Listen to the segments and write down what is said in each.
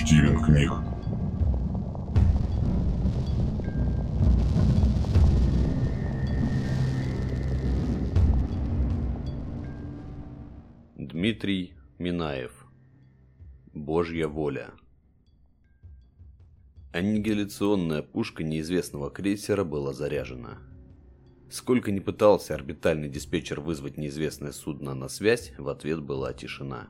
Стивен Книг. Дмитрий Минаев. Божья воля. Аннигиляционная пушка неизвестного крейсера была заряжена. Сколько ни пытался орбитальный диспетчер вызвать неизвестное судно на связь, в ответ была тишина.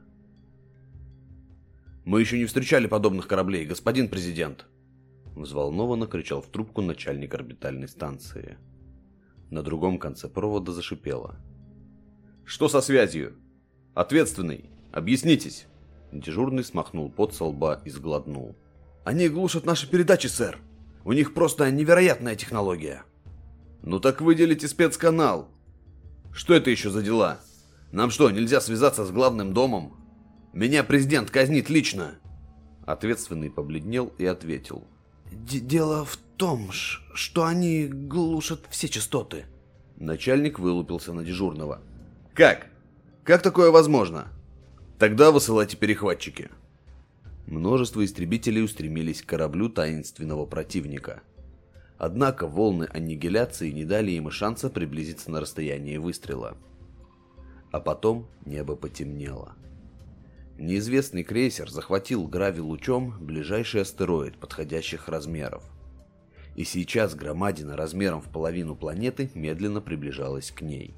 «Мы еще не встречали подобных кораблей, господин президент!» Взволнованно кричал в трубку начальник орбитальной станции. На другом конце провода зашипело. «Что со связью? Ответственный, объяснитесь!» Дежурный смахнул пот со лба и сглотнул. «Они глушат наши передачи, сэр! У них просто невероятная технология!» «Ну так выделите спецканал!» «Что это еще за дела? Нам что, нельзя связаться с главным домом? Меня президент казнит лично!» Ответственный побледнел и ответил. «Дело в том, что они глушат все частоты». Начальник вылупился на дежурного. «Как? Как такое возможно? Тогда высылайте перехватчики». Множество истребителей устремились к кораблю таинственного противника. Однако волны аннигиляции не дали им и шанса приблизиться на расстояние выстрела. А потом небо потемнело. Неизвестный крейсер захватил гравилучом ближайший астероид подходящих размеров. И сейчас громадина размером в половину планеты медленно приближалась к ней.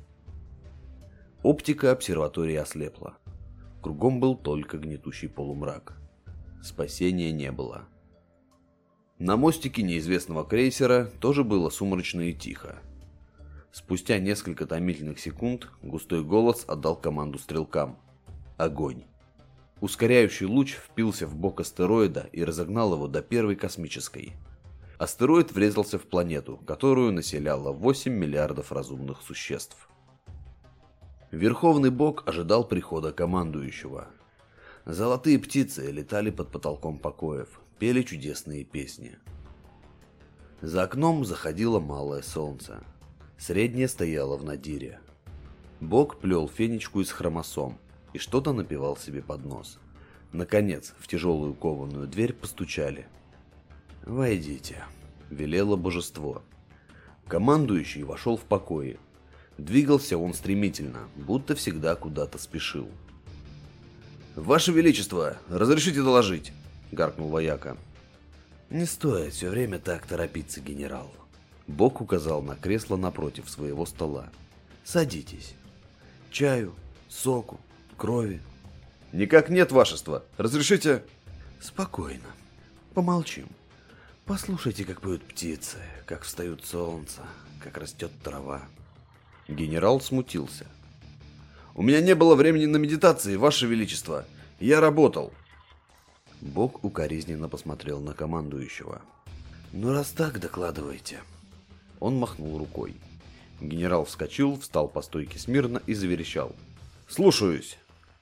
Оптика обсерватории ослепла. Кругом был только гнетущий полумрак. Спасения не было. На мостике неизвестного крейсера тоже было сумрачно и тихо. Спустя несколько томительных секунд густой голос отдал команду стрелкам. Огонь. Ускоряющий луч впился в бок астероида и разогнал его до первой космической. Астероид врезался в планету, которую населяло 8 миллиардов разумных существ. Верховный бог ожидал прихода командующего. Золотые птицы летали под потолком покоев, пели чудесные песни. За окном заходило малое солнце. Среднее стояло в надире. Бог плел фенечку из хромосом и что-то напевал себе под нос. Наконец, в тяжелую кованую дверь постучали. «Войдите», — велело божество. Командующий вошел в покои. Двигался он стремительно, будто всегда куда-то спешил. «Ваше Величество, разрешите доложить?» — гаркнул вояка. «Не стоит все время так торопиться, генерал». Бог указал на кресло напротив своего стола. «Садитесь. Чаю, соку, крови». «Никак нет, вашество. Разрешите...» «Спокойно. Помолчим. Послушайте, как поют птицы, как встают солнце, как растет трава». Генерал смутился. «У меня не было времени на медитации, Ваше Величество. Я работал». Бог укоризненно посмотрел на командующего. «Ну, раз так, докладывайте». Он махнул рукой. Генерал вскочил, встал по стойке смирно и заверещал. «Слушаюсь.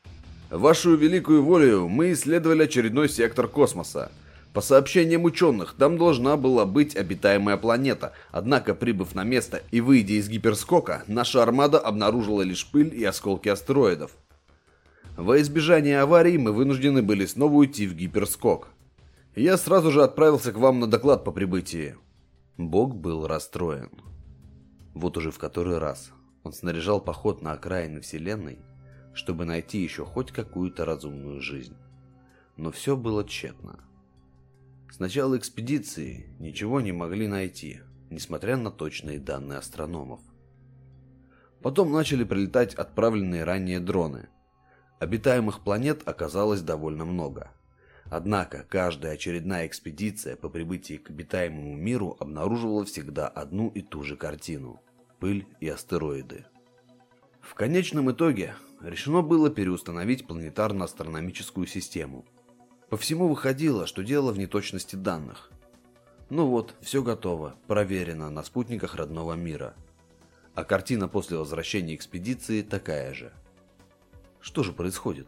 Вашу великую волю мы исследовали очередной сектор космоса. По сообщениям ученых, там должна была быть обитаемая планета, однако, прибыв на место и выйдя из гиперскока, наша армада обнаружила лишь пыль и осколки астероидов. Во избежание аварий мы вынуждены были снова уйти в гиперскок. Я сразу же отправился к вам на доклад по прибытии». Бог был расстроен. Вот уже в который раз он снаряжал поход на окраины Вселенной, чтобы найти еще хоть какую-то разумную жизнь. Но все было тщетно. С начала экспедиции ничего не могли найти, несмотря на точные данные астрономов. Потом начали прилетать отправленные ранее дроны. Обитаемых планет оказалось довольно много. Однако каждая очередная экспедиция по прибытии к обитаемому миру обнаруживала всегда одну и ту же картину – пыль и астероиды. В конечном итоге решено было переустановить планетарно-астрономическую систему. По всему выходило, что дело в неточности данных. Ну вот, все готово, проверено на спутниках родного мира. А картина после возвращения экспедиции такая же. Что же происходит?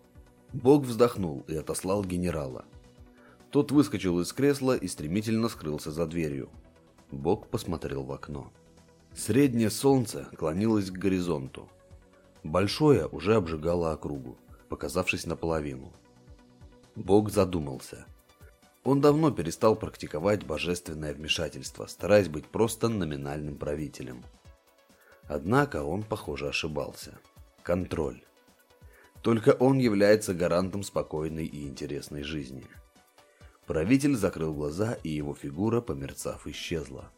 Бог вздохнул и отослал генерала. Тот выскочил из кресла и стремительно скрылся за дверью. Бог посмотрел в окно. Среднее солнце клонилось к горизонту. Большое уже обжигало округу, показавшись наполовину. Бог задумался. Он давно перестал практиковать божественное вмешательство, стараясь быть просто номинальным правителем. Однако он, похоже, ошибался. Контроль. Только он является гарантом спокойной и интересной жизни. Правитель закрыл глаза, и его фигура, померцав, исчезла.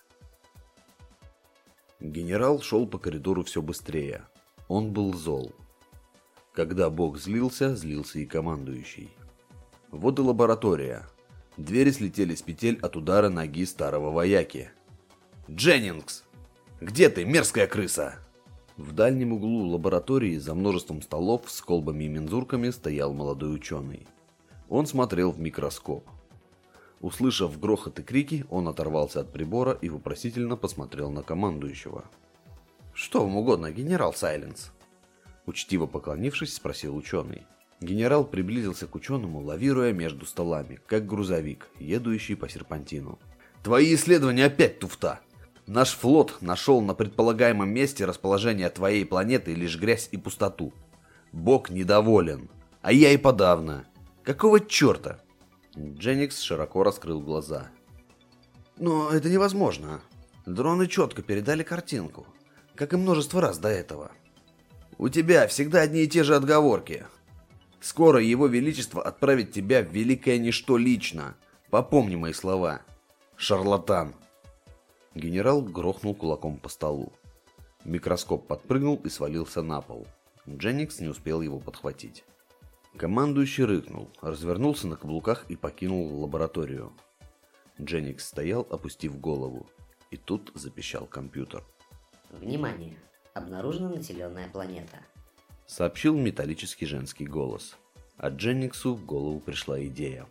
Генерал шел по коридору все быстрее. Он был зол. Когда Бог злился, злился и командующий. Вот и лаборатория. Двери слетели с петель от удара ноги старого вояки. «Дженнингс! Где ты, мерзкая крыса?» В дальнем углу лаборатории за множеством столов с колбами и мензурками стоял молодой ученый. Он смотрел в микроскоп. Услышав грохот и крики, он оторвался от прибора и вопросительно посмотрел на командующего. «Что вам угодно, генерал Сайленс?» Учтиво поклонившись, спросил ученый. Генерал приблизился к ученому, лавируя между столами, как грузовик, едущий по серпантину. «Твои исследования опять туфта! Наш флот нашел на предполагаемом месте расположения твоей планеты лишь грязь и пустоту. Бог недоволен, а я и подавно. Какого черта?» Дженнингс широко раскрыл глаза. «Но это невозможно. Дроны четко передали картинку, как и множество раз до этого. У тебя всегда одни и те же отговорки. Скоро Его Величество отправит тебя в великое ничто лично. Попомни мои слова. Шарлатан!» Генерал грохнул кулаком по столу. Микроскоп подпрыгнул и свалился на пол. Дженнингс не успел его подхватить. Командующий рыкнул, развернулся на каблуках и покинул лабораторию. Дженнингс стоял, опустив голову. И тут запищал компьютер. «Внимание! Обнаружена населенная планета», — сообщил металлический женский голос. А Дженнингсу в голову пришла идея.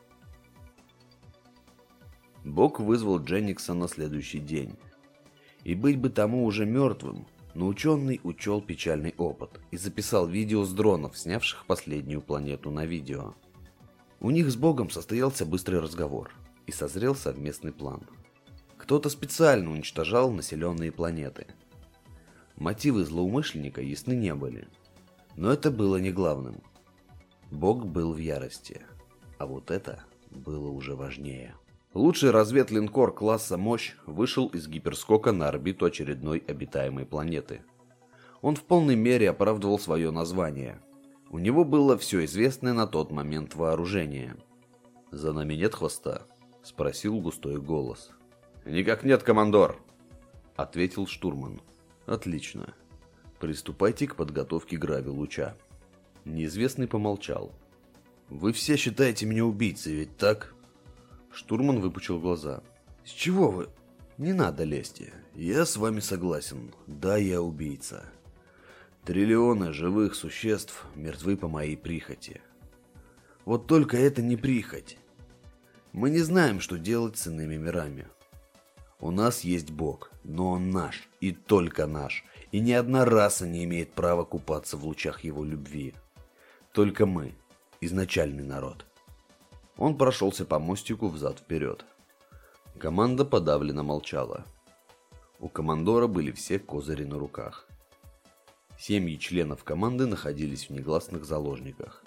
Бог вызвал Дженнингса на следующий день. И быть бы тому уже мертвым, но ученый учел печальный опыт и записал видео с дронов, снявших последнюю планету на видео. У них с Богом состоялся быстрый разговор и созрел совместный план. Кто-то специально уничтожал населенные планеты. Мотивы злоумышленника ясны не были, но это было не главным. Бог был в ярости, а вот это было уже важнее. Лучший разведлинкор класса «Мощь» вышел из гиперскока на орбиту очередной обитаемой планеты. Он в полной мере оправдывал свое название. У него было все известное на тот момент вооружение. «За нами нет хвоста?» – спросил густой голос. «Никак нет, командор», – ответил штурман. «Отлично. Приступайте к подготовке грави-луча». Неизвестный помолчал. «Вы все считаете меня убийцей, ведь так?» Штурман выпучил глаза. «С чего вы? Не надо лезьте. Я с вами согласен. Да, я убийца. Триллионы живых существ мертвы по моей прихоти. Вот только это не прихоть. Мы не знаем, что делать с иными мирами. У нас есть Бог, но Он наш, и только наш, и ни одна раса не имеет права купаться в лучах Его любви. Только мы, изначальный народ». Он прошелся по мостику взад-вперед. Команда подавленно молчала. У командора были все козыри на руках. Семьи членов команды находились в негласных заложниках.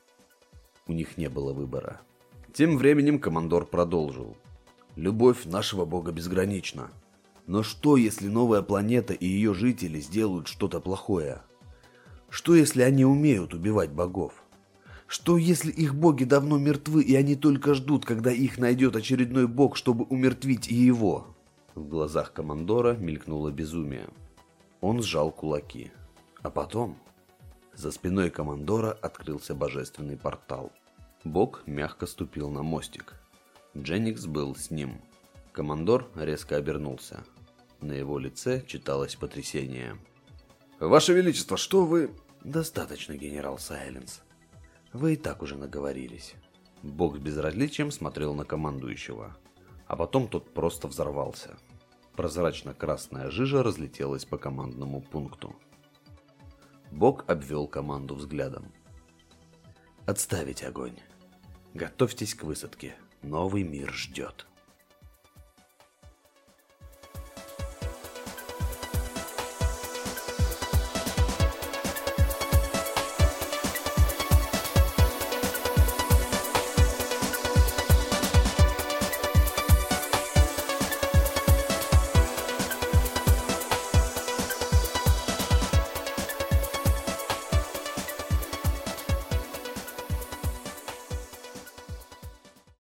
У них не было выбора. Тем временем командор продолжил. «Любовь нашего Бога безгранична. Но что, если новая планета и ее жители сделают что-то плохое? Что, если они умеют убивать богов? Что, если их боги давно мертвы, и они только ждут, когда их найдет очередной бог, чтобы умертвить и его?» В глазах командора мелькнуло безумие. Он сжал кулаки. А потом за спиной командора открылся божественный портал. Бог мягко ступил на мостик. Дженнингс был с ним. Командор резко обернулся. На его лице читалось потрясение. «Ваше Величество, что вы...» «Достаточно, генерал Сайленс. Вы и так уже наговорились». Бог с безразличием смотрел на командующего. А потом тот просто взорвался. Прозрачно-красная жижа разлетелась по командному пункту. Бог обвел команду взглядом. «Отставить огонь. Готовьтесь к высадке. Новый мир ждет».